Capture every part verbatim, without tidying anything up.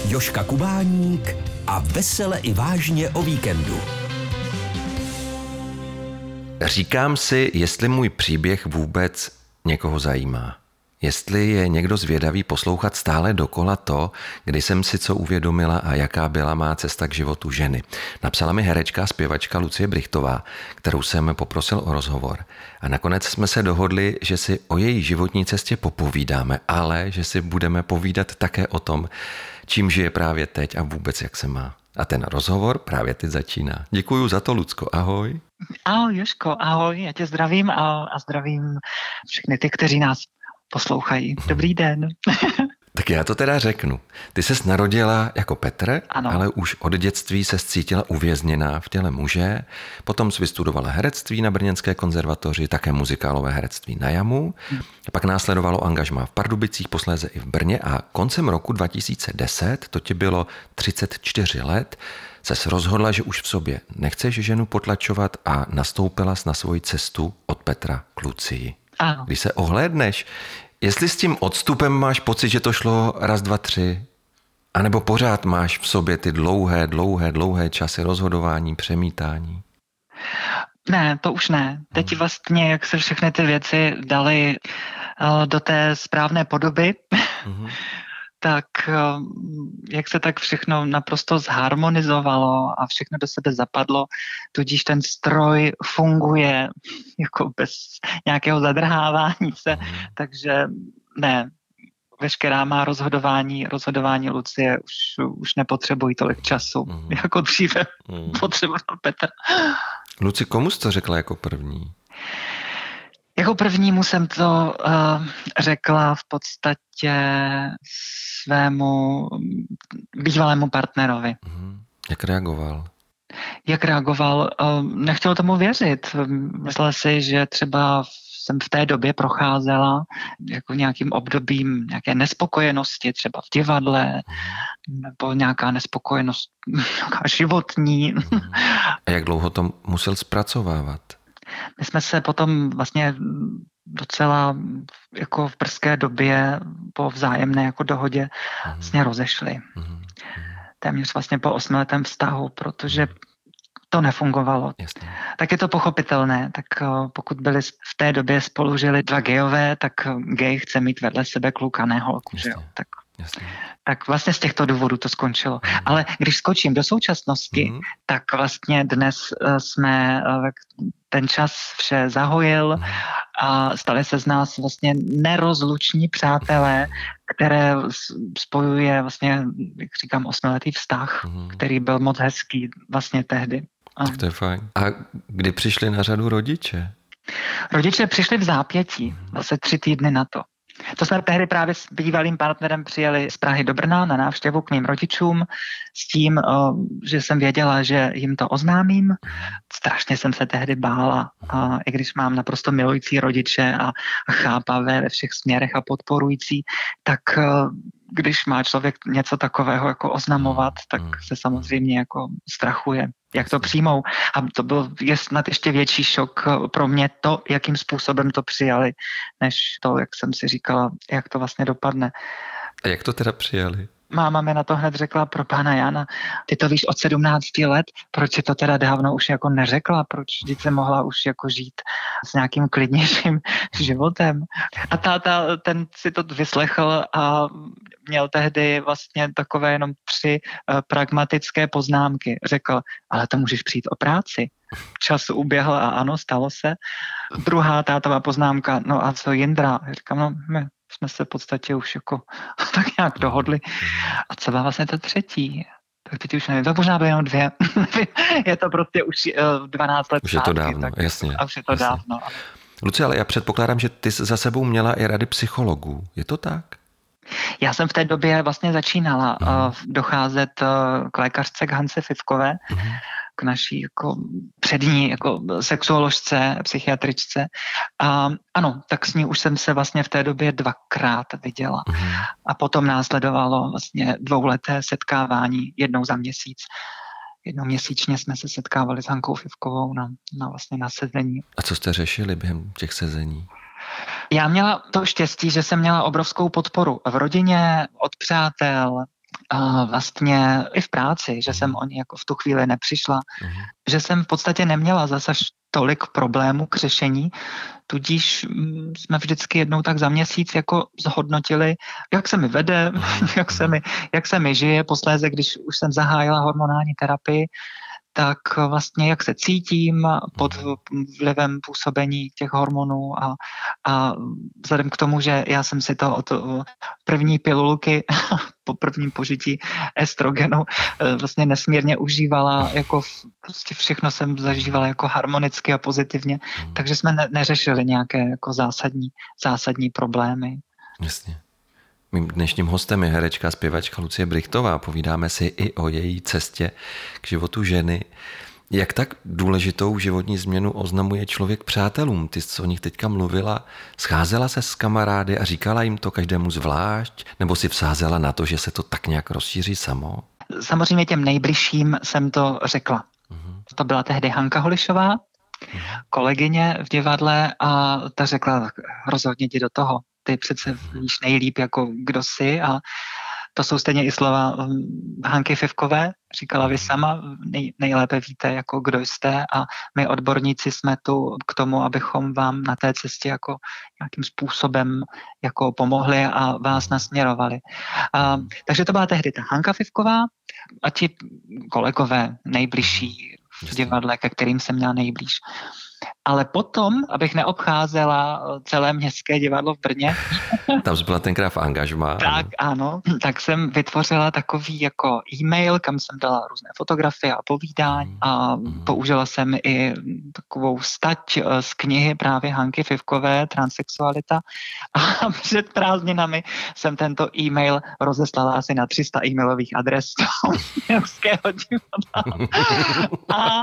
Jožka Kubáník a vesele i vážně o víkendu. Říkám si, jestli můj příběh vůbec někoho zajímá. Jestli je někdo zvědavý poslouchat stále dokola to, kdy jsem si co uvědomila a jaká byla má cesta k životu ženy. Napsala mi herečka a zpěvačka Lucie Brychtová, kterou jsem poprosil o rozhovor. A nakonec jsme se dohodli, že si o její životní cestě popovídáme, ale že si budeme povídat také o tom, čím žije právě teď a vůbec jak se má. A ten rozhovor právě teď začíná. Děkuju za to, Lucko. Ahoj. Ahoj, Jožko. Ahoj. Já tě zdravím a, a zdravím všechny ty, kteří nás poslouchají. Dobrý den. Tak já to teda řeknu. Ty ses narodila jako Petr, ano. Ale už od dětství ses cítila uvězněná v těle muže. Potom jsi vystudovala herectví na Brněnské konzervatoři, také muzikálové herectví na Jamu. Hmm. Pak následovalo angažmá v Pardubicích, posléze i v Brně a koncem roku dva tisíce deset, to ti bylo třicet čtyři let, ses rozhodla, že už v sobě nechceš ženu potlačovat a nastoupila jsi na svoji cestu od Petra k Lucii. Ano. Když se ohlédneš, jestli s tím odstupem máš pocit, že to šlo raz, dva, tři, anebo pořád máš v sobě ty dlouhé, dlouhé, dlouhé časy rozhodování, přemítání? Ne, to už ne. Teď vlastně, jak se všechny ty věci daly uh, do té správné podoby, mm-hmm. tak uh, jak se tak všechno naprosto zharmonizovalo a všechno do sebe zapadlo, tudíž ten stroj funguje jako bez nějakého zadrhávání se, mm. takže ne, veškerá má rozhodování, rozhodování Lucie už, už nepotřebují tolik času, mm. jako dříve mm. potřeboval Petr. Luci, komu jsi to řekla jako první? Jako prvnímu jsem to uh, řekla v podstatě svému bývalému partnerovi. Mm. Jak reagoval? Jak reagoval? Uh, nechtěl tomu věřit. Myslel si, že třeba jsem v té době procházela jako nějakým obdobím nějaké nespokojenosti, třeba v divadle, mm. nebo nějaká nespokojenost nějaká životní. Mm. A jak dlouho to musel zpracovávat? My jsme se potom vlastně docela jako v brzké době po vzájemné jako dohodě mm. vlastně rozešli. Mm. Téměř vlastně po osmiletém vztahu, protože to nefungovalo. Jasně. Tak je to pochopitelné. Tak pokud byli v té době spolu žili dva gejové, tak gej chce mít vedle sebe kluka, ne holku. Že jo? Tak, tak vlastně z těchto důvodů to skončilo. Mm. Ale když skočím do současnosti, mm. tak vlastně dnes jsme ten čas vše zahojil mm. a stali se z nás vlastně nerozluční přátelé, které spojuje vlastně, jak říkám, osmiletý vztah, mm. který byl moc hezký vlastně tehdy. Tak to je fajn. A kdy přišli na řadu rodiče? Rodiče přišli v zápětí, zase tři týdny na to. To jsme tehdy právě s bývalým partnerem přijeli z Prahy do Brna na návštěvu k mým rodičům s tím, že jsem věděla, že jim to oznámím. Strašně jsem se tehdy bála, a i když mám naprosto milující rodiče a chápavé ve všech směrech a podporující, tak když má člověk něco takového jako oznamovat, tak se samozřejmě jako strachuje, jak to přijmou. A to byl je snad ještě větší šok pro mě to, jakým způsobem to přijali, než to, jak jsem si říkala, jak to vlastně dopadne. A jak to teda přijali? Máma mi na to hned řekla, pro pána Jana, ty to víš od sedmnácti let, proč si to teda dávno už jako neřekla, proč vždyť se mohla už jako žít s nějakým klidnějším životem. A táta, ten si to vyslechl a měl tehdy vlastně takové jenom tři uh, pragmatické poznámky. Řekl, ale to můžeš přijít o práci. Čas uběhl a ano, stalo se. Druhá tátová poznámka, no a co Jindra? Říkám, no my jsme se v podstatě už jako tak nějak dohodli. A co byla vlastně to třetí? Tak teď už nevím, to možná bylo jenom dvě. Je to prostě už uh, dvanáct let. Už je to dávno, tak, jasně. A už je to jasně. dávno. Lucie, ale já předpokládám, že ty za sebou měla i rady psychologů. Je to tak? Já jsem v té době vlastně začínala mm. uh, docházet uh, k lékařce, k Hance Fifkové, mm. k naší jako přední jako sexuoložce, psychiatričce. A ano, tak s ní už jsem se vlastně v té době dvakrát viděla. Mm. A potom následovalo vlastně dvouleté setkávání jednou za měsíc. Jednou měsíčně jsme se setkávali s Hankou Fifkovou na, na vlastně na sezení. A co jste řešili během těch sezení? Já měla to štěstí, že jsem měla obrovskou podporu v rodině, od přátel a vlastně i v práci, že jsem o ně jako v tu chvíli nepřišla, Mhm. že jsem v podstatě neměla zase tolik problémů k řešení, tudíž mm, jsme vždycky jednou tak za měsíc jako zhodnotili, jak se mi vede, Mhm. jak se mi, jak se mi žije. Posléze, když už jsem zahájila hormonální terapii, tak vlastně jak se cítím pod vlivem působení těch hormonů a, a vzhledem k tomu, že já jsem si to od první pilulky po prvním požití estrogenu vlastně nesmírně užívala, jako prostě všechno jsem zažívala jako harmonicky a pozitivně, takže jsme ne, neřešili nějaké jako zásadní, zásadní problémy. Jasně. Mým dnešním hostem je herečka a zpěvačka Lucie Brychtová. Povídáme si i o její cestě k životu ženy. Jak tak důležitou životní změnu oznamuje člověk přátelům? Ty jsi o nich teďka mluvila. Scházela se s kamarády a říkala jim to každému zvlášť? Nebo si vsázela na to, že se to tak nějak rozšíří samo? Samozřejmě těm nejbližším jsem to řekla. Mm-hmm. To byla tehdy Hanka Holišová, mm-hmm. kolegyně v divadle, a ta řekla, rozhodně jdi do toho. Ty přece víš nejlíp, jako kdo jsi, a to jsou stejně i slova Hanky Fivkové, říkala vy sama, nej, nejlépe víte, jako kdo jste, a my odborníci jsme tu k tomu, abychom vám na té cestě jako nějakým způsobem jako pomohli a vás nasměrovali. A, takže to byla tehdy ta Hanka Fivková a ti kolegové nejbližší v divadle, ke kterým jsem měla nejblíž. Ale potom, abych neobcházela celé městské divadlo v Brně. Tam jsi byla tenkrát v angažmá. Tak ano, tak jsem vytvořila takový jako e-mail, kam jsem dala různé fotografie a povídání a použila jsem i takovou stať z knihy právě Hanky Fivkové, Transsexualita, a před prázdninami jsem tento e-mail rozeslala asi na tři sta e-mailových adres do městského divadla. A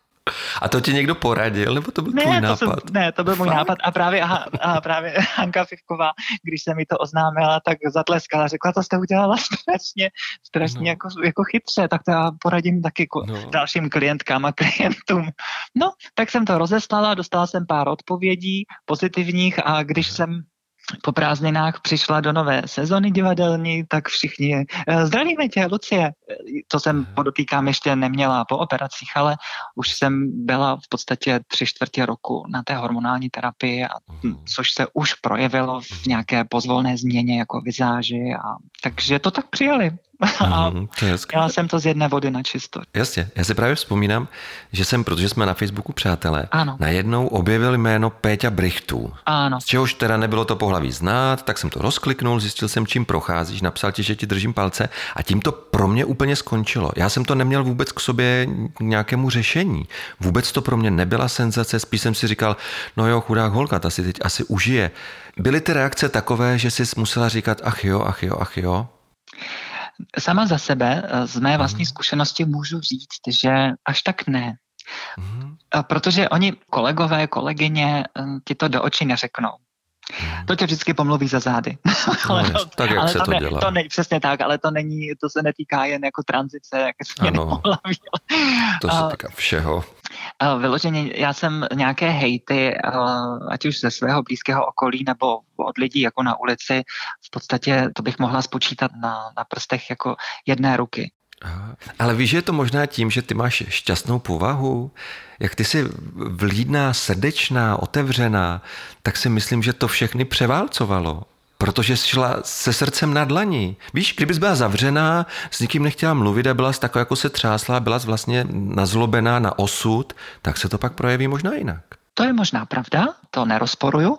A to ti někdo poradil, nebo to byl ne, tvůj to nápad? Jsem, ne, to byl můj Fakt? nápad a právě, aha, a právě Hanka Fivková, když se mi to oznámila, tak zatleskala, řekla, to jste udělala strašně, strašně no. jako, jako chytře, tak to já poradím taky no. dalším klientkám a klientům. No, tak jsem to rozeslala, dostala jsem pár odpovědí pozitivních a když jsem po prázdninách přišla do nové sezony divadelní, tak všichni zdravíme tě, Lucie. To jsem podotýkám ještě neměla po operacích, ale už jsem byla v podstatě tři čtvrtě roku na té hormonální terapii, a, což se už projevilo v nějaké pozvolné změně jako vizáži, a takže to tak přijali. A mm, měla jsem to z jedné vody na čisto. Jasně, já si právě vzpomínám, že jsem, protože jsme na Facebooku přátelé, ano. najednou objevil jméno Péťa Brychtů. Ano. Z čehož teda nebylo to pohlaví znát, tak jsem to rozkliknul, zjistil jsem, čím procházíš, napsal ti, že ti držím palce, a tím to pro mě úplně skončilo. Já jsem to neměl vůbec k sobě k nějakému řešení. Vůbec to pro mě nebyla senzace, spíš jsem si říkal, no jo, chudák holka, ta si teď asi užije. Byly ty reakce takové, že jsi musela říkat ach jo, ach jo, ach jo? Sama za sebe, z mé vlastní zkušenosti můžu říct, že až tak ne. Mm. Protože oni, kolegové, kolegyně, ti to do očí neřeknou. Mm. To tě vždycky pomluví za zády. No, ale to, tak, jak ale se to, to ne, dělá. To ne, přesně tak, ale to není, to se netýká jen jako tranzice, jak se pohlaví. To se týká všeho. Vyloženě, já jsem nějaké hejty, ať už ze svého blízkého okolí nebo od lidí jako na ulici, v podstatě to bych mohla spočítat na, na prstech jako jedné ruky. Aha. Ale víš, že je to možná tím, že ty máš šťastnou povahu, jak ty jsi vlídná, srdečná, otevřená, tak si myslím, že to všechny převálcovalo. Protože jsi šla se srdcem na dlani. Víš, kdybys byla zavřená, s nikým nechtěla mluvit a byla jsi taková, jako se třásla, byla jsi vlastně nazlobená na osud, tak se to pak projeví možná jinak. To je možná pravda, to nerozporuju,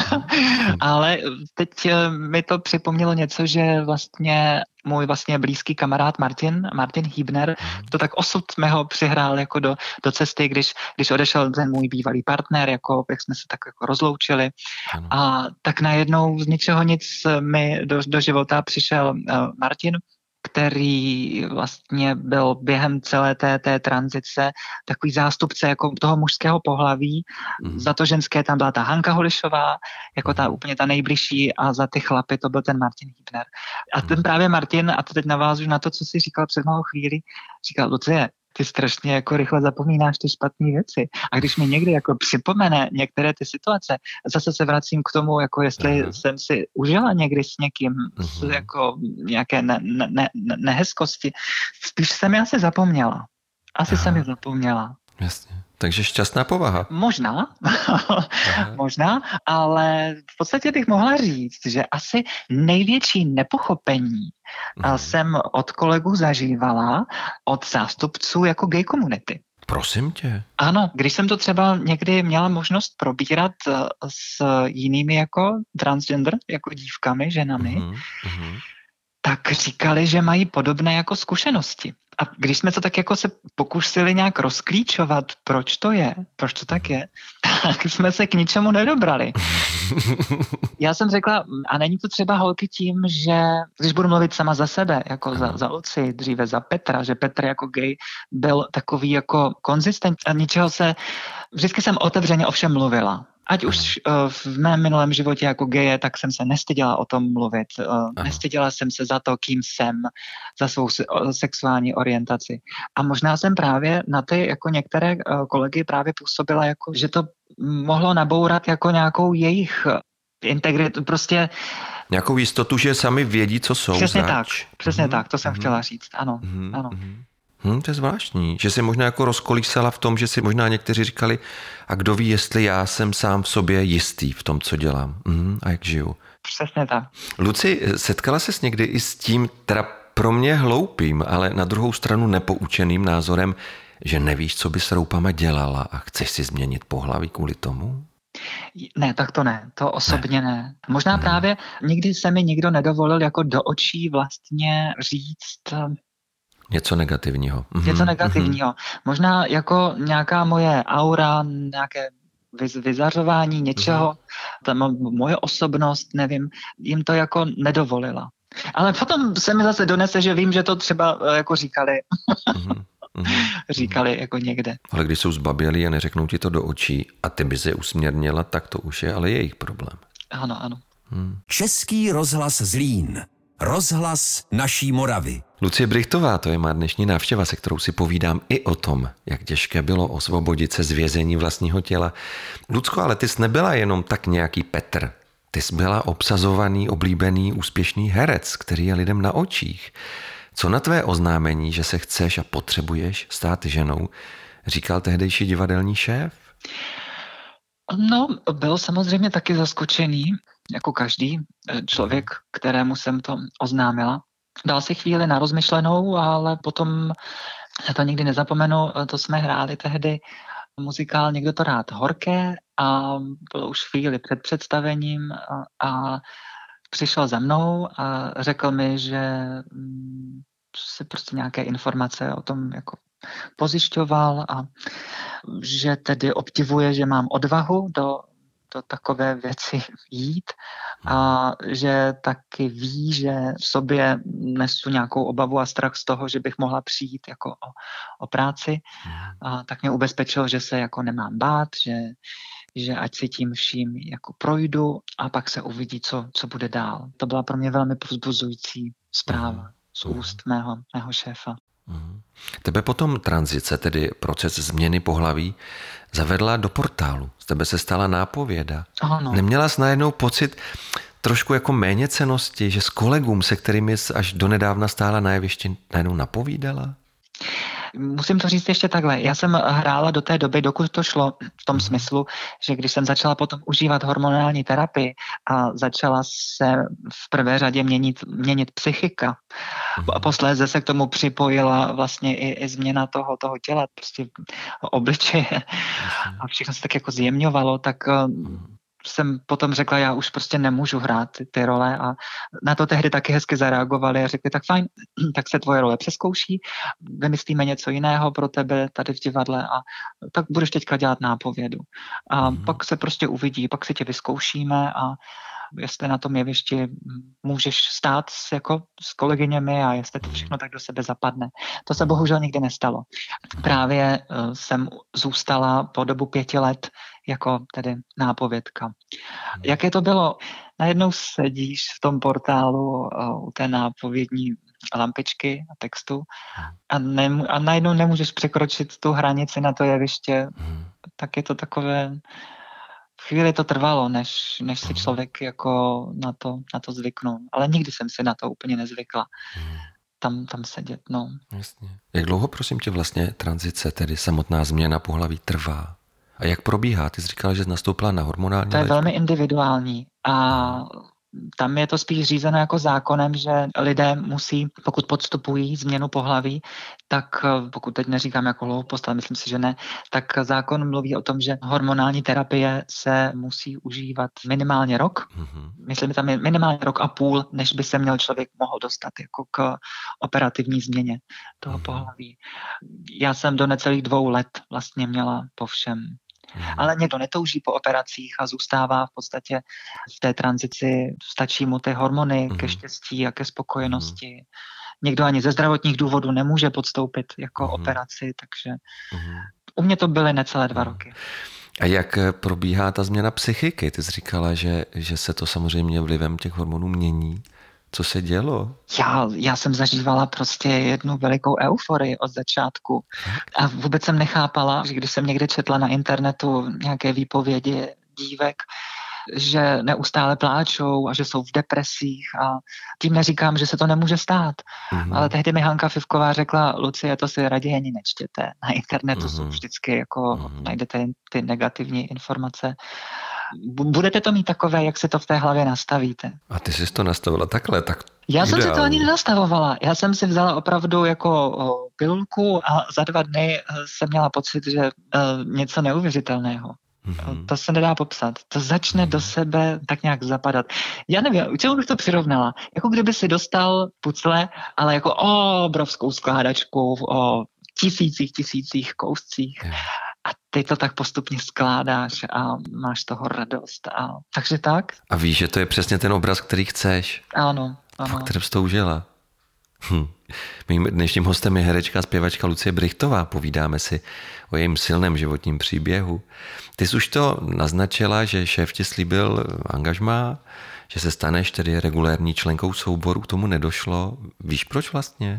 ale teď mi to připomnělo něco, že vlastně můj vlastně blízký kamarád Martin, Martin Hübner, to tak osud mého přihrál jako do, do cesty, když, když odešel ten můj bývalý partner, jako, jak jsme se tak jako rozloučili. Ano. A tak najednou z ničeho nic mi do, do života přišel uh, Martin, který vlastně byl během celé té, té tranzice takový zástupce jako toho mužského pohlaví. Mm. Za to ženské tam byla ta Hanka Holišová, jako ta úplně ta nejbližší, a za ty chlapy to byl ten Martin Hübner. A ten právě Martin, a to teď navážu na to, co jsi říkal před malou chvíli, říkal, Lucie, ty strašně jako rychle zapomínáš ty špatné věci. A když mi někdy jako připomene některé ty situace, zase se vracím k tomu, jako jestli Aha. jsem si užila někdy s někým s Mhm. jako nějaké ne, ne, ne, nehezkosti, spíš jsem je asi zapomněla. Asi Aha. jsem je zapomněla. Jasně. Takže šťastná povaha. Možná, možná, ale v podstatě bych mohla říct, že asi největší nepochopení Mhm. jsem od kolegů zažívala od zástupců jako gay komunity. Prosím tě. Ano, když jsem to třeba někdy měla možnost probírat eh, s jinými jako transgender, jako dívkami, ženami, Mhm. Mhm. tak říkali, že mají podobné jako zkušenosti. A když jsme to tak jako se pokusili nějak rozklíčovat, proč to je, proč to tak je, tak jsme se k ničemu nedobrali. Já jsem řekla, a není to třeba holky tím, že když budu mluvit sama za sebe, jako za, za Luci, dříve za Petra, že Petr jako gay byl takový jako konzistent a ničeho se, vždycky jsem otevřeně o všem mluvila. Ať už uh, v mém minulém životě jako geje, tak jsem se nestyděla o tom mluvit. Uh, nestyděla jsem se za to, kým jsem, za svou se, o, sexuální orientaci. A možná jsem právě na ty jako některé uh, kolegy právě působila, jako, že to mohlo nabourat jako nějakou jejich integritu, prostě... Nějakou jistotu, že sami vědí, co jsou. Přesně zač. tak, přesně Mhm. tak, to jsem Mhm. chtěla říct, ano, Mhm. ano. Mhm. Hm, to je zvláštní, že si možná jako rozkolísala v tom, že si možná někteří říkali, a kdo ví, jestli já jsem sám v sobě jistý v tom, co dělám hm, a jak žiju. Přesně tak. Luci, setkala ses někdy i s tím, teda pro mě hloupým, ale na druhou stranu nepoučeným názorem, že nevíš, co by s roupama dělala a chceš si změnit pohlaví kvůli tomu? Ne, tak to ne, to osobně ne. ne. Možná Hmm. právě nikdy se mi nikdo nedovolil jako do očí vlastně říct něco negativního. Mhm. Něco negativního. Mhm. Možná jako nějaká moje aura, nějaké vyz, vyzařování něčeho, mhm. ta moje osobnost, nevím, jim to jako nedovolila. Ale potom se mi zase donese, že vím, že to třeba jako říkali. Mhm. Mhm. říkali jako někde. Ale když jsou zbabělí a neřeknou ti to do očí a ty by se usměrnila, tak to už je ale jejich problém. Ano, ano. Hmm. Český rozhlas Zlín. Rozhlas naší Moravy. Lucie Brychtová, to je má dnešní návštěva, se kterou si povídám i o tom, jak těžké bylo osvobodit se z vězení vlastního těla. Lucko, ale ty jsi nebyla jenom tak nějaký Petr. Ty jsi byla obsazovaný, oblíbený, úspěšný herec, který je lidem na očích. Co na tvé oznámení, že se chceš a potřebuješ stát ženou, říkal tehdejší divadelní šéf? No, byl samozřejmě taky zaskočený, jako každý člověk, kterému jsem to oznámila. Dal si chvíli na rozmyšlenou, ale potom, já to nikdy nezapomenu, to jsme hráli tehdy muzikál Někdo to rád horké a bylo už chvíli před představením a, a přišel za mnou a řekl mi, že si prostě nějaké informace o tom jako pozjišťoval a že tedy obdivuje, že mám odvahu do, do takové věci jít a že taky ví, že v sobě nesu nějakou obavu a strach z toho, že bych mohla přijít jako o, o práci. A tak mě ubezpečil, že se jako nemám bát, že, že ať si tím vším jako projdu a pak se uvidí, co, co bude dál. To byla pro mě velmi povzbuzující zpráva z úst mého, mého šéfa. Mm. Tebe potom tranzice, tedy proces změny pohlaví, zavedla do portálu. Z tebe se stala nápověda. Ano. Neměla jsi najednou pocit trošku jako méněcennosti, že s kolegům, se kterými jsi až donedávna stála na jevišti, najednou napovídala? Musím to říct ještě takhle. Já jsem hrála do té doby, dokud to šlo v tom mm. smyslu, že když jsem začala potom užívat hormonální terapii a začala se v prvé řadě měnit, měnit psychika mm. a posléze se k tomu připojila vlastně i, i změna toho, toho těla, prostě obličeje mm. a všechno se tak jako zjemňovalo, tak mm. jsem potom řekla, já už prostě nemůžu hrát ty, ty role a na to tehdy taky hezky zareagovali a řekli, tak fajn, tak se tvoje role přeskouší, vymyslíme něco jiného pro tebe tady v divadle a tak budeš teďka dělat nápovědu. A mm. pak se prostě uvidí, pak si tě vyzkoušíme a jestli na tom jevišti můžeš stát s, jako, s kolegyněmi a jestli to všechno tak do sebe zapadne. To se bohužel nikdy nestalo. Právě uh, jsem zůstala po dobu pěti let jako tedy nápovědka. Jaké to bylo? Najednou sedíš v tom portálu uh, u té nápovědní lampičky a textu a, ne, a najednou nemůžeš překročit tu hranici na to jeviště. Tak je to takové... Chvíli to trvalo, než, než si člověk jako na to, na to zvyknul. Ale nikdy jsem si na to úplně nezvykla. Tam, tam sedět, no. Jasně. Jak dlouho, prosím tě, vlastně tranzice, tedy samotná změna pohlaví trvá? A jak probíhá? Ty jsi říkala, že jsi nastoupila na hormonální To je léčbu. velmi individuální a tam je to spíš řízeno jako zákonem, že lidé musí, pokud podstupují změnu pohlaví, tak pokud teď neříkám jako hloupost, ale myslím si, že ne, tak zákon mluví o tom, že hormonální terapie se musí užívat minimálně rok. Mm-hmm. Myslím, tam je minimálně rok a půl, než by se měl člověk mohl dostat jako k operativní změně toho mm-hmm. pohlaví. Já jsem do necelých dvou let vlastně měla po všem. Hmm. Ale někdo netouží po operacích a zůstává v podstatě v té tranzici, stačí mu ty hormony hmm. ke štěstí a ke spokojenosti. Hmm. Někdo ani ze zdravotních důvodů nemůže podstoupit jako hmm. operaci, takže hmm. u mě to byly necelé dva hmm. roky. A jak probíhá ta změna psychiky? Ty jsi říkala, že, že se to samozřejmě vlivem těch hormonů mění. Co se dělo? Já, já jsem zažívala prostě jednu velikou euforii od začátku a vůbec jsem nechápala, že když jsem někde četla na internetu nějaké výpovědi dívek, že neustále pláčou a že jsou v depresích a tím neříkám, že se to nemůže stát. Mm-hmm. Ale tehdy mi Hanka Fivková řekla, Lucie, to si raději ani nečtěte. Na internetu mm-hmm. jsou vždycky jako, mm-hmm. najdete ty negativní informace. Budete to mít takové, jak se to v té hlavě nastavíte. A ty jsi to nastavila takhle, tak Já ideální. jsem si to ani nenastavovala. Já jsem si vzala opravdu jako o, pilulku a za dva dny jsem měla pocit, že uh, něco neuvěřitelného. Mm-hmm. To se nedá popsat. To začne mm-hmm. do sebe tak nějak zapadat. Já nevím, u čemu bych to přirovnala? Jako kdyby si dostal pucle, ale jako o, obrovskou skládačku o tisících, tisících kouscích. Yeah. A ty to tak postupně skládáš a máš z toho radost. A, takže tak. A víš, že to je přesně ten obraz, který chceš. Ano, ano. Po kterém jsi to užila. Hm. Mým dnešním hostem je herečka a zpěvačka Lucie Brychtová. Povídáme si o jejím silném životním příběhu. Ty jsi už to naznačila, že šéf ti slíbil angažmá, že se staneš tedy regulérní členkou souboru. K tomu nedošlo. Víš proč vlastně?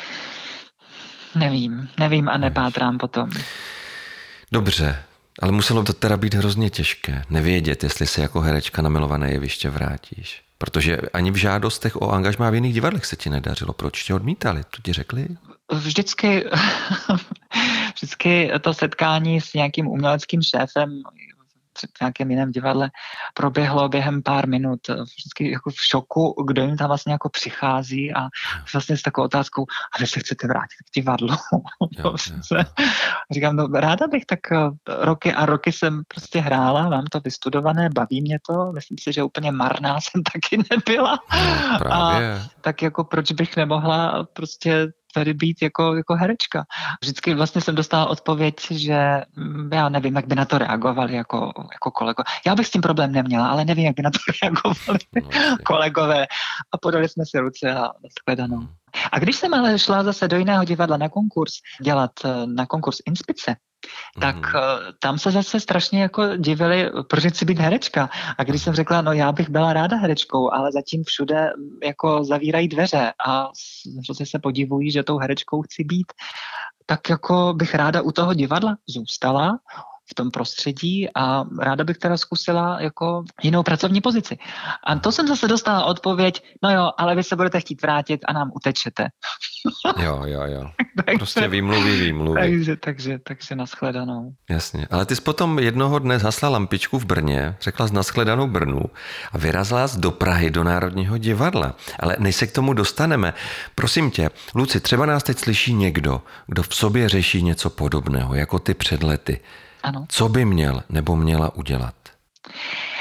Nevím, nevím a nepátrám potom. Dobře, ale muselo to teda být hrozně těžké. Nevědět, jestli se jako herečka na milované jeviště vrátíš. Protože ani v žádostech o angažmá v jiných divadlech se ti nedařilo. Proč tě odmítali? To ti řekli? Vždycky, vždycky to setkání s nějakým uměleckým šéfem v nějakém jiném divadle proběhlo během pár minut. Vždycky jako v šoku, kdo jim tam vlastně jako přichází a vlastně s takovou otázkou, a vy se chcete vrátit k divadlu? Jo, jo. Říkám, no ráda bych, tak roky a roky jsem prostě hrála, mám to vystudované, baví mě to, myslím si, že úplně marná jsem taky nebyla. No, právě. A tak jako proč bych nemohla prostě tady být jako, jako herečka. Vždycky vlastně jsem dostala odpověď, že já nevím, jak by na to reagovali jako, jako kolego. Já bych s tím problém neměla, ale nevím, jak by na to reagovali no, kolegové. A podali jsme si ruce a shledanou. A když jsem ale šla zase do jiného divadla na konkurs, dělat na konkurs Inspice, tak mm-hmm. tam se zase strašně jako divili, proč chci být herečka. A když jsem řekla, no já bych byla ráda herečkou, ale zatím všude jako zavírají dveře a hrozně se podivují, že tou herečkou chci být, tak jako bych ráda u toho divadla zůstala v tom prostředí a ráda bych teda zkusila jako jinou pracovní pozici. A to jsem zase dostala odpověď, no jo, ale vy se budete chtít vrátit a nám utečete. Jo, jo, jo. Prostě výmluvy, výmluvy. Takže, takže, takže nashledanou. Jasně, ale ty jsi potom jednoho dne zhasla lampičku v Brně, řekla jsi nashledanou Brnu a vyrazila jsi do Prahy, do Národního divadla. Ale než se k tomu dostaneme, prosím tě, Luci, třeba nás teď slyší někdo, kdo v sobě řeší něco podobného, jako ty před lety. Ano. Co by měl nebo měla udělat?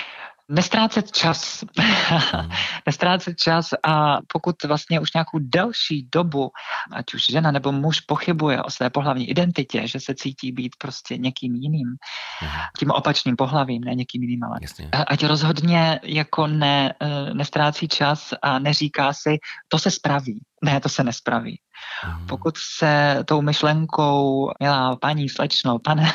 Nestrácet čas. Nestrácet čas a pokud vlastně už nějakou delší dobu, ať už žena nebo muž pochybuje o své pohlavní identitě, že se cítí být prostě někým jiným, tím opačným pohlavím, ne někým jiným, ale Jasně. ať rozhodně jako ne, nestrácí čas a neříká si, to se spraví. Ne, to se nespraví. Mm. Pokud se tou myšlenkou, milá paní, slečno, pane,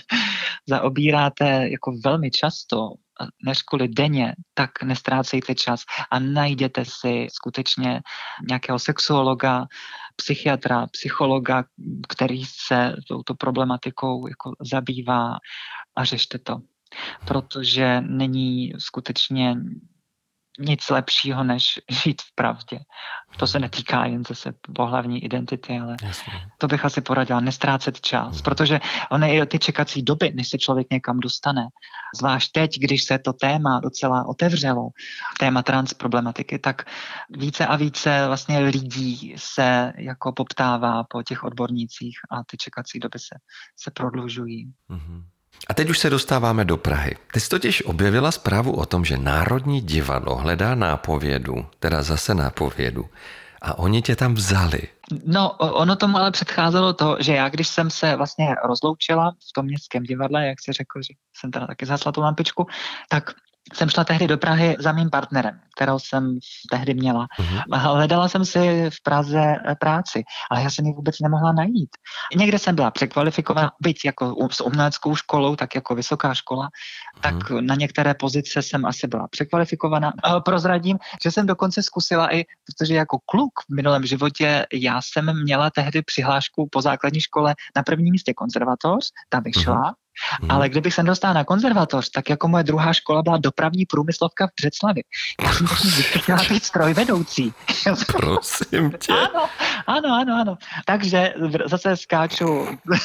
zaobíráte jako velmi často, než kvůli denně, tak nestrácejte čas a najděte si skutečně nějakého sexuologa, psychiatra, psychologa, který se touto problematikou jako zabývá a řešte to. Protože není skutečně nic lepšího, než žít v pravdě. To se netýká jen zase pohlavní identity, ale Jasně. to bych asi poradila, nestrácet čas, mm. protože ony i ty čekací doby, než se člověk někam dostane, zvlášť teď, když se to téma docela otevřelo, téma transproblematiky, tak více a více vlastně lidí se jako poptává po těch odbornících a ty čekací doby se, se prodlužují. Mm-hmm. A teď už se dostáváme do Prahy. Ty jsi totiž objevila zprávu o tom, že Národní divadlo hledá nápovědu, teda zase nápovědu, a oni tě tam vzali. No, ono tomu ale předcházelo to, že já, když jsem se vlastně rozloučila v tom městském divadle, jak jsi řekl, že jsem teda taky zhasla tu lampičku, tak jsem šla tehdy do Prahy za mým partnerem, kterou jsem tehdy měla. Uh-huh. Hledala jsem si v Praze práci, ale já jsem ji vůbec nemohla najít. Někde jsem byla překvalifikovaná, byť jako s uměleckou školou, tak jako vysoká škola, uh-huh. tak na některé pozice jsem asi byla překvalifikovaná. Prozradím, že jsem dokonce zkusila i, protože jako kluk v minulém životě já jsem měla tehdy přihlášku po základní škole na prvním místě konzervatoř, tam bych šla. Uh-huh. Hmm. Ale kdybych se dostala na konzervatoř, tak jako moje druhá škola byla dopravní průmyslovka v Břeclavi. Já jsem taky chtěla být strojvedoucí. Prosím tě. Ano, ano, ano, ano. Takže zase skáču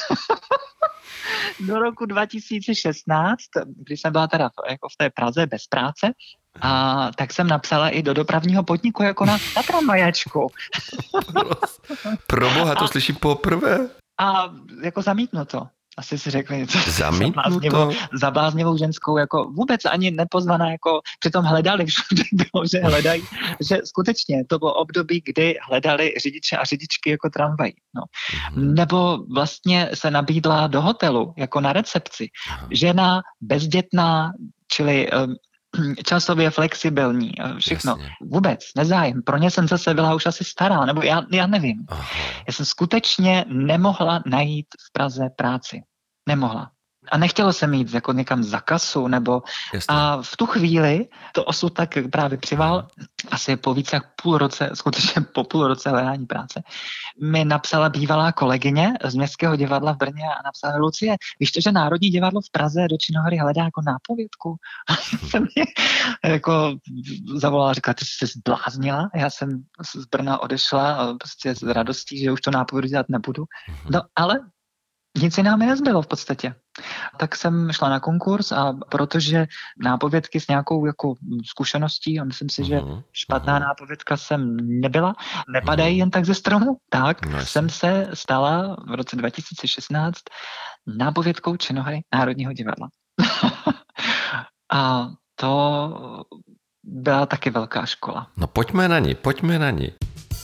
do roku dva tisíce šestnáct, když jsem byla teda jako v té Praze bez práce, a tak jsem napsala i do dopravního podniku jako na, na tramvajačku. Proboha, to a, slyším poprvé. A jako zamítnu to. Asi si řekli něco zablázněvou, zablázněvou ženskou, jako vůbec ani nepozvaná, jako přitom hledali, všude bylo, že hledají, že skutečně to bylo období, kdy hledali řidiče a řidičky jako tramvají. No. Mm-hmm. Nebo vlastně se nabídla do hotelu, jako na recepci. Aha. Žena bezdětná, čili um, časově flexibilní, všechno. Jasně. Vůbec, nezájem. Pro ně jsem zase byla už asi stará, nebo já, já nevím. Aha. Já jsem skutečně nemohla najít v Praze práci. Nemohla. A nechtělo se mít jako někam za kasu, nebo Jasně. a v tu chvíli to osud tak právě přival, asi po více jak půl roce, skutečně po půl roce hledání práce, mi napsala bývalá kolegyně z Městského divadla v Brně a napsala: Lucie, víš to, že Národní divadlo v Praze do Činohory hledá jako nápovědku? A jsem mě jako zavolala, říkala, ty jsi se zbláznila? Já jsem z Brna odešla prostě s radostí, že už to nápovědu dělat nebudu. No ale nic jiného mi nezbylo v podstatě. Tak jsem šla na konkurs a protože nápovědky s nějakou jako zkušeností, a myslím si, že špatná uh-huh. nápovědka jsem nebyla, nepadají uh-huh. jen tak ze stromu, tak nice. jsem se stala v roce dva tisíce šestnáct nápovědkou Činohry Národního divadla. A to byla taky velká škola. No pojďme na ní, pojďme na ní.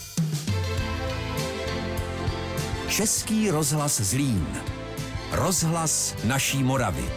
Český rozhlas Zlín. Rozhlas naší Moravy.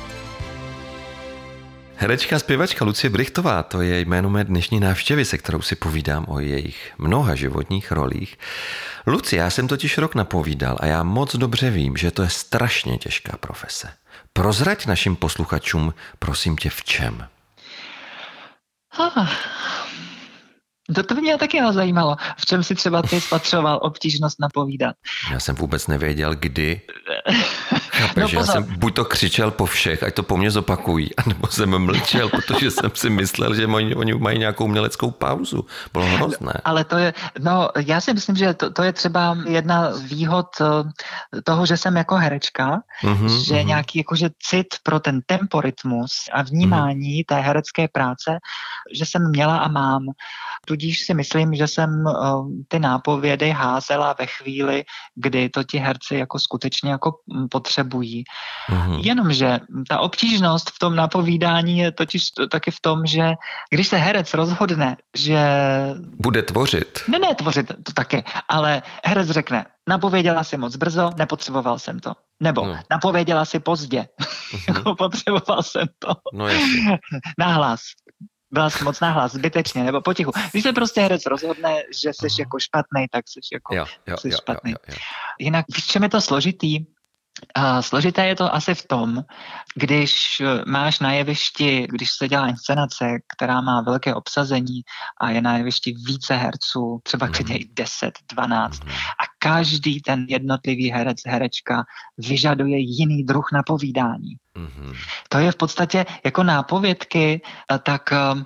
Herečka a zpěvačka Lucie Brychtová, to je jméno mé dnešní návštěvy, se kterou si povídám o jejich mnoha životních rolích. Lucie, já jsem totiž rok napovídal a já moc dobře vím, že to je strašně těžká profese. Prozrať našim posluchačům, prosím tě, v čem? Ah. To, to by mě taky zajímalo. V čem si třeba ty spatřoval obtížnost napovídat? Já jsem vůbec nevěděl, kdy. Chápeš, no, já jsem buď to křičel po všech, ať to po mně zopakují, anebo jsem mlčel, protože jsem si myslel, že oni, oni mají nějakou uměleckou pauzu. Bylo hrozné. Ale to je, no já si myslím, že to, to je třeba jedna z výhod toho, že jsem jako herečka, mm-hmm, že mm-hmm. nějaký jakože cit pro ten temporytmus a vnímání mm-hmm. té herecké práce, že jsem měla a mám. Tudíž si myslím, že jsem uh, ty nápovědy házela ve chvíli, kdy to ti herci jako skutečně jako potřebují potřebují. Mm-hmm. Jenomže ta obtížnost v tom napovídání je totiž taky v tom, že když se herec rozhodne, že... Bude tvořit. Ne, ne, tvořit, to taky, ale herec řekne, napověděla si moc brzo, nepotřeboval jsem to. Nebo no. napověděla si pozdě, mm-hmm. potřeboval jsem to. No jasně. Nahlas. Byla jsi moc nahlas, zbytečně, nebo potichu. Když se prostě herec rozhodne, že jsi uh-huh. jako špatnej, tak jsi jako jo, jo, jsi jo, špatnej. Jo, jo, jo. Jinak, v čem je to složitý? Uh, složité je to asi v tom, když máš na jevišti, když se dělá inscenace, která má velké obsazení a je na jevišti více herců, třeba mm. klidně i deset, dvanáct, mm. a každý ten jednotlivý herec, herečka vyžaduje jiný druh napovídání. Mm. To je v podstatě jako nápovědky, tak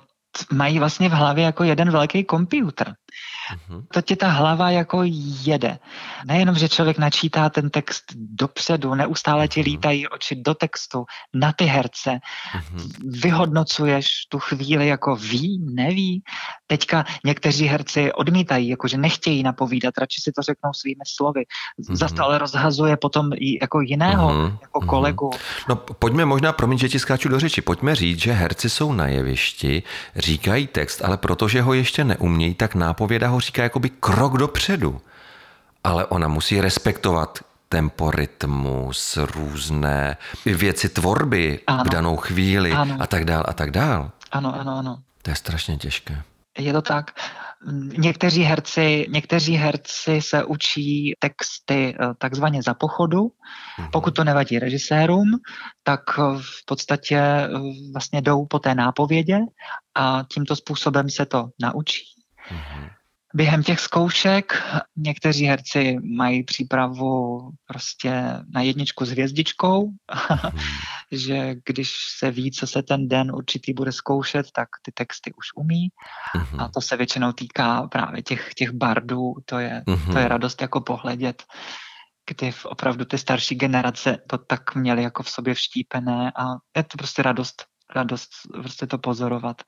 mají vlastně v hlavě jako jeden velký počítač. Mm-hmm. To ti ta hlava jako jede. Nejenom, že člověk načítá ten text dopředu, neustále ti lítají oči do textu, na ty herce, mm-hmm. vyhodnocuješ tu chvíli jako ví, neví. Teďka někteří herci odmítají, jakože nechtějí napovídat, radši si to řeknou svými slovy. Mm-hmm. Zase to ale rozhazuje potom i jako jiného, mm-hmm. jako kolegu. No pojďme možná, promiň, že ti skáču do řeči, pojďme říct, že herci jsou na jevišti, říkají text, ale protože ho ještě neumějí, tak nápověda ho říká jakoby krok dopředu. Ale ona musí respektovat tempo, rytmus, různé věci tvorby ano. v danou chvíli ano. a tak dál a tak dál. Ano, ano, ano. To je strašně těžké. Je to tak. Někteří herci, někteří herci se učí texty takzvaně za pochodu. Mm-hmm. Pokud to nevadí režisérům, tak v podstatě vlastně jdou po té nápovědě a tímto způsobem se to naučí. Mm-hmm. Během těch zkoušek někteří herci mají přípravu prostě na jedničku s hvězdičkou, mm. že když se ví, co se ten den určitý bude zkoušet, tak ty texty už umí. Mm. A to se většinou týká právě těch, těch bardů, to je, mm. to je radost jako pohledět, kdy opravdu ty starší generace to tak měly jako v sobě vštípené a je to prostě radost, radost prostě to pozorovat.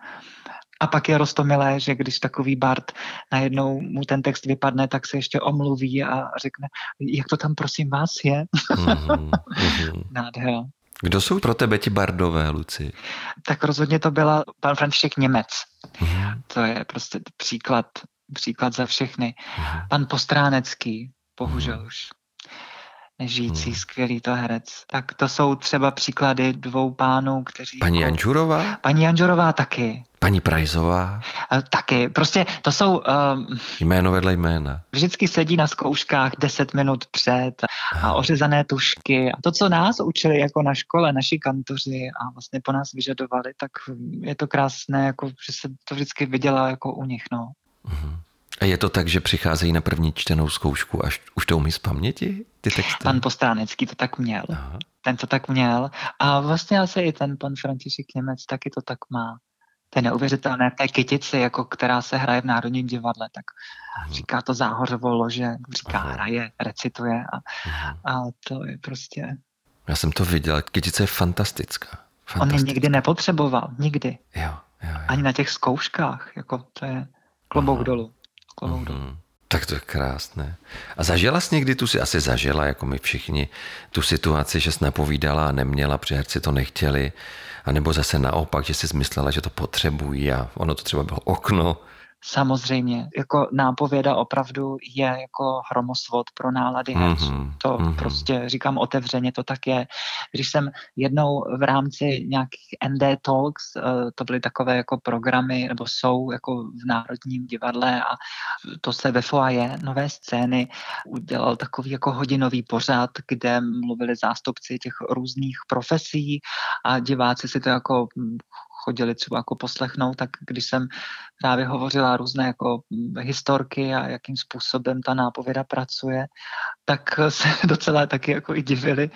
A pak je roztomilé, že když takový bard najednou mu ten text vypadne, tak se ještě omluví a řekne, jak to tam prosím vás je. Mm-hmm. Nádhera. Kdo jsou pro tebe ti bardové, Luci? Tak rozhodně to byla pan František Němec. Mm-hmm. To je prostě příklad, příklad za všechny. Mm-hmm. Pan Postránecký, bohužel mm-hmm. už nežijící, mm. skvělý to herec. Tak to jsou třeba příklady dvou pánů, kteří... Paní jako... Janžurová? Paní Janžurová taky. Paní Prajzová? Taky. Prostě to jsou... Um, jméno vedle jména. Vždycky sedí na zkouškách deset minut před a ořezané tušky. A to, co nás učili jako na škole, naši kantoři a vlastně po nás vyžadovali, tak je to krásné, jako, že se to vždycky viděla jako u nich. No. Mm. A je to tak, že přicházejí na první čtenou zkoušku a už to umí z paměti, ty texty? Pan Postránecký to tak měl. Aha. Ten to tak měl. A vlastně asi i ten pan František Němec taky to tak má. To je neuvěřitelné. Té kytici, jako která se hraje v Národním divadle, tak Aha. říká to Záhořovo lože, říká Aha. hraje, recituje a, a to je prostě... Já jsem to viděl, kytice je fantastická. fantastická. On mě nikdy nepotřeboval, nikdy. Jo, jo, jo. Ani na těch zkouškách, jako to je klobouk Aha. dolů. Klobouk dolů. Mm-hmm. Tak to je krásné. A zažila jsi někdy, tu si asi zažila, jako my všichni, tu situaci, že jsi napovídala a neměla, protože herci to nechtěli, anebo zase naopak, že jsi myslela, že to potřebují a ono to třeba bylo okno. Samozřejmě, jako nápověda opravdu je jako hromosvod pro nálady herců. Mm-hmm, to mm-hmm. prostě říkám otevřeně, to tak je. Když jsem jednou v rámci nějakých N D Talks, to byly takové jako programy, nebo jsou jako v Národním divadle a to se ve foaje Nové scény udělal takový jako hodinový pořad, kde mluvili zástupci těch různých profesí a diváci si to jako chodili třeba jako poslechnout, tak když jsem právě hovořila různé jako historky a jakým způsobem ta nápověda pracuje, tak se docela taky jako i divili,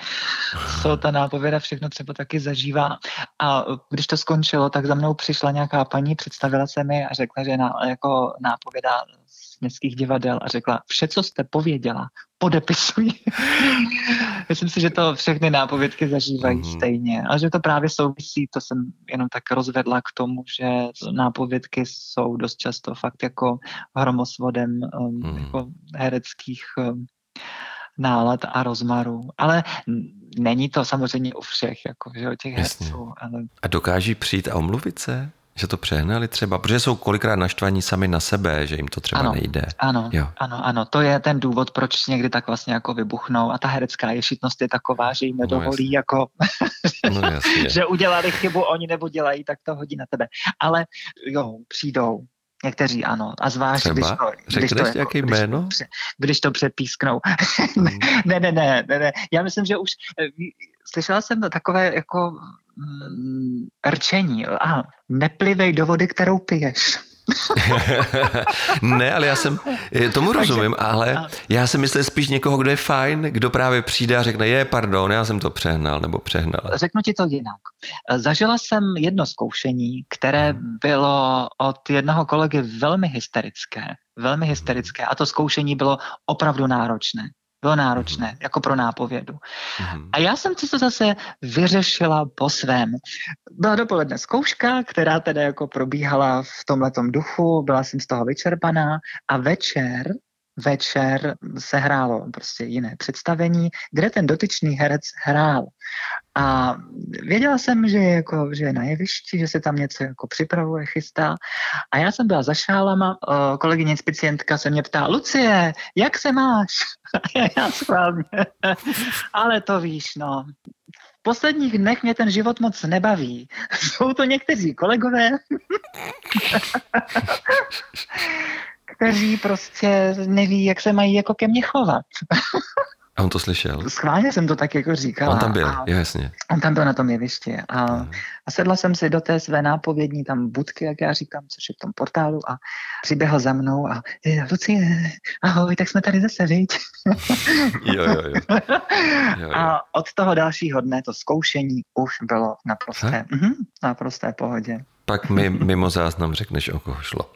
co ta nápověda všechno třeba taky zažívá. A když to skončilo, tak za mnou přišla nějaká paní, představila se mi a řekla, že je na, jako nápověda z městských divadel a řekla, vše, co jste pověděla, podepisuji. Myslím si, že to všechny nápovědky zažívají mm. stejně. A že to právě souvisí, to jsem jenom tak rozvedla k tomu, že nápovědky jsou dost často fakt jako hromosvodem um, mm. jako hereckých um, nálad a rozmaru. Ale není to samozřejmě u všech, jako, že o těch herců. Ale... A dokáží přijít a omluvit se? Že to přehnali třeba? Protože jsou kolikrát naštvaní sami na sebe, že jim to třeba ano, nejde. Ano, jo. ano, ano. To je ten důvod, proč někdy tak vlastně jako vybuchnou. A ta herecká ješitnost je taková, že jim nedovolí no, jako, no, že udělali chybu oni nebo dělají, tak to hodí na tebe. Ale jo, přijdou. Někteří ano. A zvlášť, třeba? když to... Když Řekneš to, nějaký jako, jméno? Když, když to přepísknou. ne, ne, ne, ne, ne. Já myslím, že už... Slyšela jsem takové jako mm, rčení. Aha, neplivej do vody, kterou piješ. Ne, ale já jsem, tomu rozumím, ale já jsem myslel spíš někoho, kdo je fajn, kdo právě přijde a řekne, je, pardon, já jsem to přehnal nebo přehnala. Řeknu ti to jinak. Zažila jsem jedno zkoušení, které bylo od jednoho kolegy velmi hysterické. Velmi hysterické. A to zkoušení bylo opravdu náročné. Bylo náročné, jako pro nápovědu. Mm-hmm. A já jsem si to zase vyřešila po svém. Byla dopoledne zkouška, která teda jako probíhala v tomhletom duchu, byla jsem z toho vyčerpaná a večer, večer se hrálo prostě jiné představení, kde ten dotyčný herec hrál. A věděla jsem, že je, jako, že je na jevišti, že se tam něco jako připravuje, chystá. A já jsem byla za šálama, kolegyně inspicientka se mě ptá, Lucie, jak se máš? Já schválně. Ale to víš, no. V posledních dnech mě ten život moc nebaví. Jsou to někteří kolegové, kteří prostě neví, jak se mají jako ke mně chovat. A on to slyšel? Schválně jsem to tak jako říkala. On tam byl, a jasně. On tam byl na tom jevišti. A, hmm. a sedla jsem si do té své nápovědní tam budky, jak já říkám, což je v tom portálu a přiběhl za mnou a Lucie, ahoj, tak jsme tady zase, viď? jo, jo, jo. jo, jo. A od toho dalšího dne to zkoušení už bylo naprosté, mhm, naprosté pohodě. Pak mi mimo záznam řekneš, o koho šlo.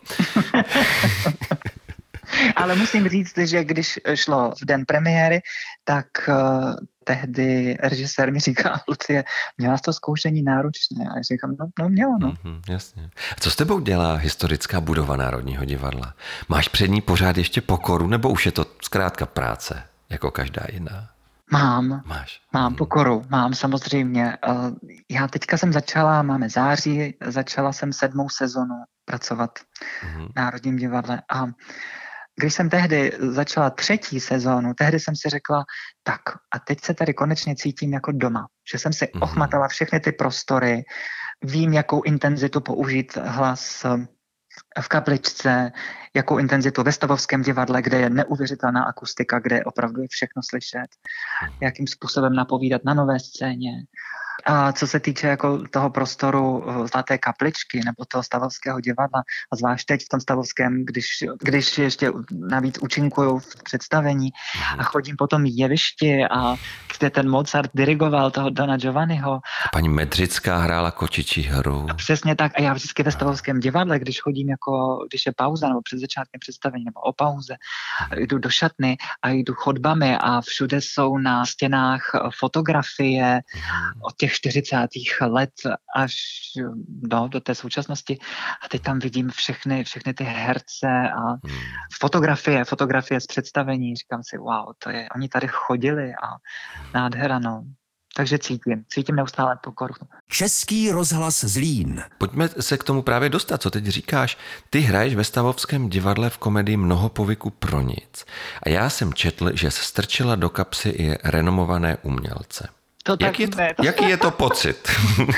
Ale musím říct, že když šlo v den premiéry, tak uh, tehdy režisér mi říká, Lucie, měla jsi to zkoušení náročné? A já říkám, no, no měla, no. Mm-hmm, jasně. A co s tebou dělá historická budova Národního divadla? Máš před ní pořád ještě pokoru, nebo už je to zkrátka práce, jako každá jiná? Mám. Máš. Mám pokoru, mám samozřejmě. Já teďka jsem začala, máme září, začala jsem sedmou sezonu pracovat mm-hmm. v Národním divadle a když jsem tehdy začala třetí sezónu, tehdy jsem si řekla, tak a teď se tady konečně cítím jako doma, že jsem si mm-hmm. ochmatala všechny ty prostory, vím, jakou intenzitu použít hlas v kapličce, jakou intenzitu ve Stavovském divadle, kde je neuvěřitelná akustika, kde opravdu je všechno slyšet, jakým způsobem napovídat na nové scéně. A co se týče jako toho prostoru Zlaté kapličky nebo toho Stavovského divadla, a zvlášť teď v tom Stavovském, když, když ještě navíc účinkuju v představení a chodím po tom jevišti a kde ten Mozart dirigoval toho Dona Giovanniho. Paní Medřická hrála Kočičí hru. A přesně tak. A já vždycky ve Stavovském divadle, když chodím jako, když je pauza nebo před začátkem představení nebo o pauze, jdu do šatny a jdu chodbami a všude jsou na stěnách fotografie od těch čtyřicátých let až no, do té současnosti a teď tam vidím všechny, všechny ty herce a hmm. fotografie, fotografie z představení, říkám si, wow, to je, oni tady chodili a nádhera, no. Takže cítím, cítím neustále pokoru. Český rozhlas Zlín. Pojďme se k tomu právě dostat, co teď říkáš. Ty hraješ ve Stavovském divadle v komedii Mnoho povyku pro nic. A já jsem četl, že se strčila do kapsy i renomované umělce. To Jak je to, ne, to... Jaký je to pocit?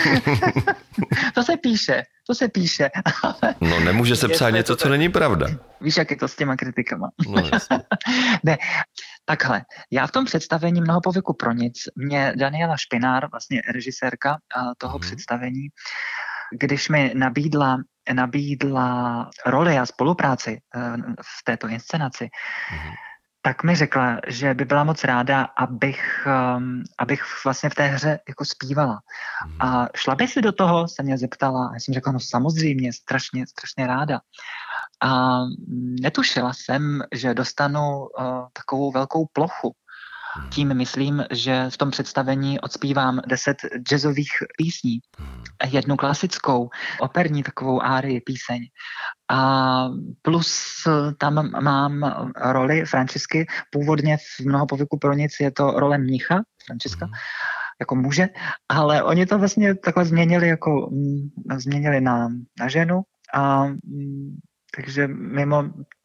To se píše, to se píše. No nemůže se psát něco, co není pravda. Víš, jak je to s těma kritikama. No, ne, takhle. Já v tom představení Mnoho povyku pro nic, mě Daniela Špinár, vlastně režisérka toho hmm. představení, když mi nabídla, nabídla roli a spolupráci v této inscenaci, hmm. tak mi řekla, že by byla moc ráda, abych, um, abych vlastně v té hře jako zpívala. Mm. A šla by si do toho, se mě zeptala, a já jsem řekla, no samozřejmě, strašně, strašně ráda. A netušila jsem, že dostanu uh, takovou velkou plochu Tím myslím, že v tom představení odspívám deset jazzových písní, jednu klasickou, operní takovou árii píseň. A plus tam mám roli Francisky, původně v Mnoho povyku pro nic je to role mnicha, Františka, mm. jako muže, ale oni to vlastně takhle změnili, jako m, změnili na, na ženu a m, takže mimo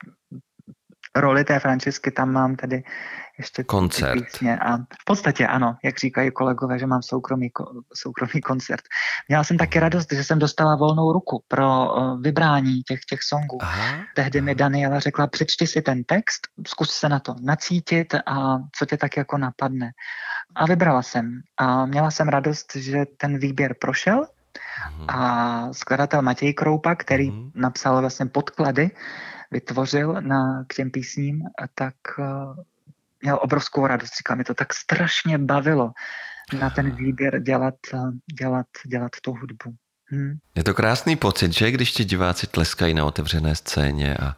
roli té Františky tam mám tady ještě koncert. Písně a v podstatě ano, jak říkají kolegové, že mám soukromý, soukromý koncert. Měla jsem taky radost, že jsem dostala volnou ruku pro vybrání těch, těch songů. Aha. Tehdy mi Daniela řekla, přečti si ten text, zkus se na to nacítit a co tě tak jako napadne. A vybrala jsem. A měla jsem radost, že ten výběr prošel a skladatel Matěj Kroupa, který mm. napsal vlastně podklady, vytvořil na, k těm písním, tak uh, měl obrovskou radost. Říkal, mi to tak strašně bavilo na ten výběr dělat, dělat, dělat tu hudbu. Hm. Je to krásný pocit, že? Když ti diváci tleskají na otevřené scéně a...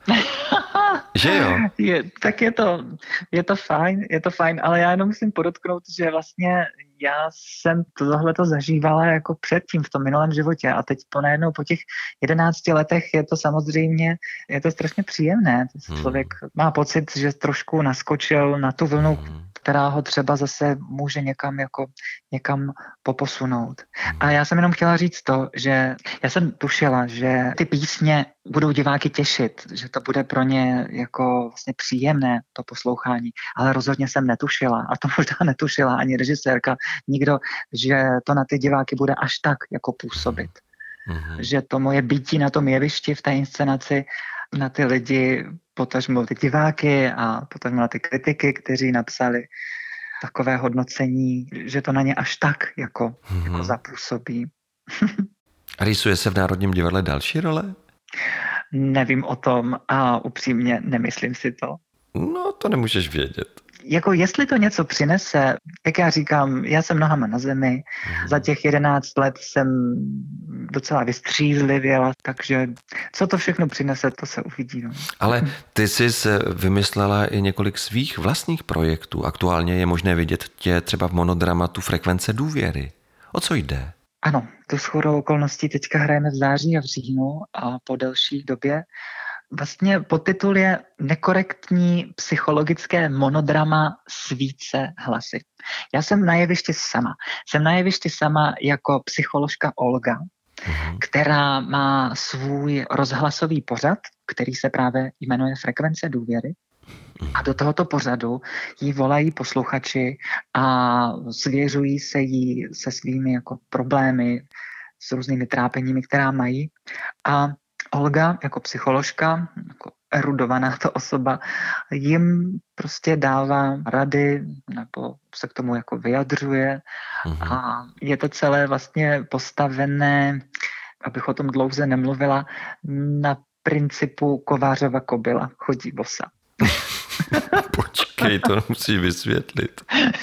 Že jo? Je, tak je to, je to fajn, je to fajn, ale já jenom musím podotknout, že vlastně já jsem tohleto zažívala jako předtím v tom minulém životě a teď po najednou po těch jedenácti letech je to samozřejmě, je to strašně příjemné. Člověk hmm. má pocit, že trošku naskočil na tu vlnu, hmm. která ho třeba zase může někam jako někam poposunout. A já jsem jenom chtěla říct to, že já jsem tušila, že ty písně budou diváky těšit, že to bude pro ně jako vlastně příjemné to poslouchání, ale rozhodně jsem netušila a to možná netušila ani režisérka, nikdo, že to na ty diváky bude až tak jako působit. Mm-hmm. Že to moje bytí na tom jevišti v té inscenaci na ty lidi, potažmo ty diváky a potažmo na ty kritiky, kteří napsali takové hodnocení, že to na ně až tak jako, mm-hmm. jako zapůsobí. A rýsuje se v Národním divadle další role? Nevím o tom a upřímně nemyslím si to. No, to nemůžeš vědět. Jako jestli to něco přinese, jak já říkám, já jsem nohama na zemi, mm. za těch jedenáct let jsem docela vystřízlivěla, takže co to všechno přinese, to se uvidí. No. Ale ty jsi vymyslela i několik svých vlastních projektů. Aktuálně je možné vidět tě třeba v monodramatu Frekvence důvěry. O co jde? Ano, to shodou okolností teďka hrajeme v září a v říjnu a po delší době. Vlastně podtitul je Nekorektní psychologické monodrama s více hlasy. Já jsem na jevišti sama. Jsem na jevišti sama jako psycholožka Olga, uhum. která má svůj rozhlasový pořad, který se právě jmenuje Frekvence důvěry. A do tohoto pořadu jí volají posluchači a svěřují se jí se svými jako problémy, s různými trápeními, která mají. A Olga jako psycholožka, jako erudovaná to osoba, jim prostě dává rady nebo se k tomu jako vyjadřuje. Mm-hmm. A je to celé vlastně postavené, abych o tom dlouze nemluvila, na principu Kovářova kobyla chodí bosa. Počkej, to musí vysvětlit.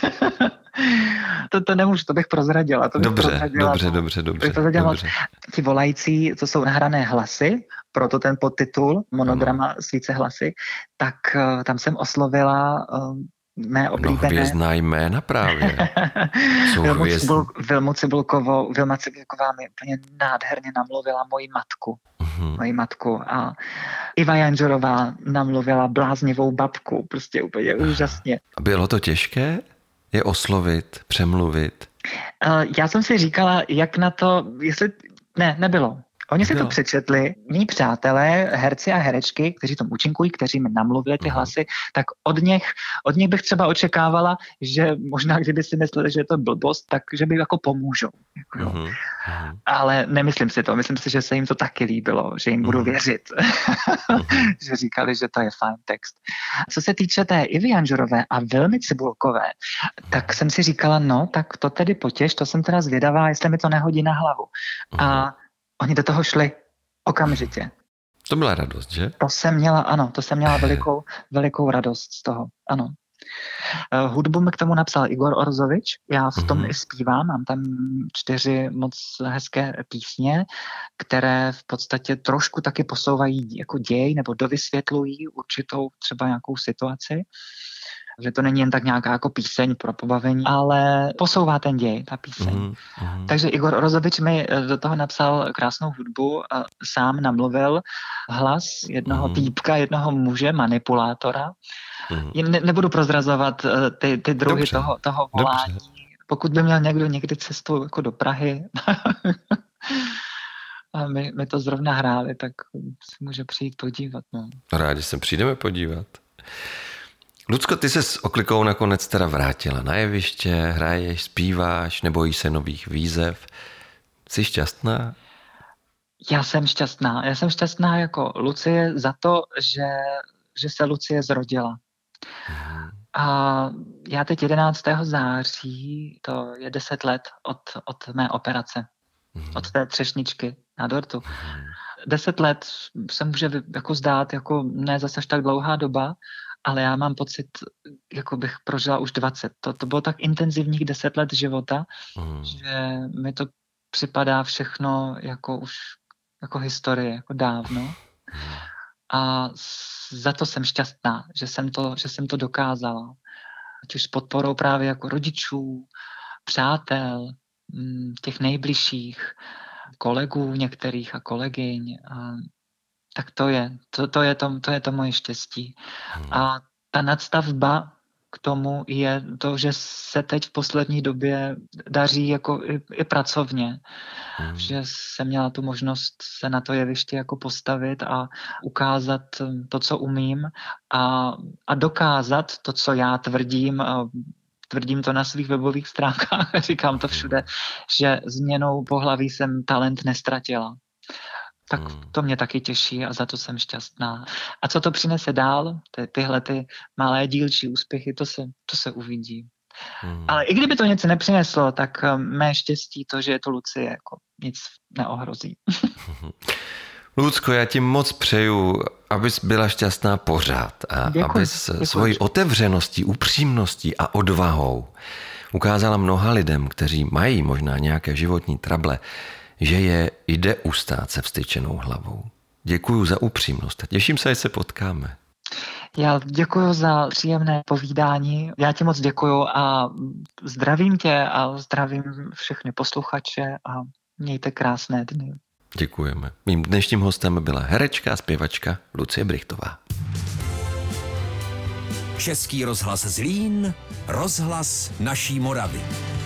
To, to nemůžu, to bych prozradila. To bych dobře, prozradila, dobře, dobře, dobře, dobře. Ti volající, to jsou nahrané hlasy, proto ten podtitul, monodrama s více hlasy, tak uh, tam jsem oslovila uh, mé oblíbené... No hvězdná jména právě. Vilmu, Cibul, Vilmu Cibulkovou, Vilma Cibulková mi úplně nádherně namluvila moji matku. Uh-huh. Moji matku a Iva Janžorová namluvila bláznivou babku, prostě úplně úžasně. A bylo to těžké je oslovit, přemluvit? Uh, já jsem si říkala, jak na to, jestli... Ne, nebylo. Oni si to přečetli, mý přátelé, herci a herečky, kteří tam účinkují, kteří mi namluvili ty hlasy, tak od nich, od nich bych třeba očekávala, že možná kdyby si mysleli, že je to blbost, tak že by jako pomůžou. Jako, jo. Uh-huh. Ale nemyslím si to, myslím si, že se jim to taky líbilo, že jim budu uh-huh. věřit, uh-huh. že říkali, že to je fajn text. Co se týče té Ivy Janžorové a Vilmy Cibulkové, tak jsem si říkala, no, tak to tedy potěš, to jsem teda zvědavá, jestli mi to nehodí na hlavu. Uh-huh. A oni do toho šli okamžitě. To byla radost, že? To jsem měla, ano, to jsem měla velikou, velikou radost z toho, ano. Uh, hudbu mi k tomu napsal Igor Orzovič, já v tom uh-huh. i zpívám, mám tam čtyři moc hezké písně, které v podstatě trošku taky posouvají jako děj nebo dovysvětlují určitou třeba nějakou situaci. že to není jen tak nějaká jako píseň pro pobavení, ale posouvá ten děj, ta píseň. Mm, mm. Takže Igor Rozovič mi do toho napsal krásnou hudbu a sám namluvil hlas jednoho mm. týpka, jednoho muže, manipulátora. Mm. Ne, nebudu prozrazovat ty, ty druhy toho, toho volání. Dobře. Pokud by měl někdo někdy cestu jako do Prahy a my, my to zrovna hráli, tak si může přijít podívat. No. Rádi se přijdeme podívat. Lucko, ty se s Oklikou nakonec teda vrátila na jeviště, hraješ, zpíváš, nebojíš se nových výzev. Jsi šťastná? Já jsem šťastná. Já jsem šťastná jako Lucie za to, že, že se Lucie zrodila. Hmm. A já teď jedenáctého září, to je deset let od, od mé operace, hmm. od té třešničky na dortu. Hmm. Deset let se může jako zdát jako ne zase až tak dlouhá doba, ale já mám pocit, jako bych prožila už dvacet. To, to bylo tak intenzivních deset let života, mm. že mi to připadá všechno jako už jako historie, jako dávno. A za to jsem šťastná, že jsem to, že jsem to dokázala. Ať už s podporou právě jako rodičů, přátel, těch nejbližších, kolegů některých a kolegyň. A tak to je, to, to, je to, to je to moje štěstí. Hmm. A ta nadstavba k tomu je to, že se teď v poslední době daří jako i, i pracovně. Hmm. Že jsem měla tu možnost se na to jeviště jako postavit a ukázat to, co umím a, a dokázat to, co já tvrdím a tvrdím to na svých webových stránkách, říkám to všude, že změnou pohlaví jsem talent nestratila. Tak to mě taky těší a za to jsem šťastná. A co to přinese dál, ty, tyhle ty malé dílčí úspěchy, to se, to se uvidí. Hmm. Ale i kdyby to něco nepřineslo, tak mé štěstí to, že je to Lucie, jako nic neohrozí. Lucko, já ti moc přeju, abys byla šťastná pořád a děkuji, abys děkuji. Svojí otevřeností, upřímností a odvahou ukázala mnoha lidem, kteří mají možná nějaké životní trable, že je jde ustát se vstyčenou hlavou. Děkuju za upřímnost a těším se, že se potkáme. Já děkuju za příjemné povídání. Já ti moc děkuju a zdravím tě a zdravím všechny posluchače a mějte krásné dny. Děkujeme. Mým dnešním hostem byla herečka a zpěvačka Lucie Brychtová. Český rozhlas Zlín, rozhlas naší Moravy.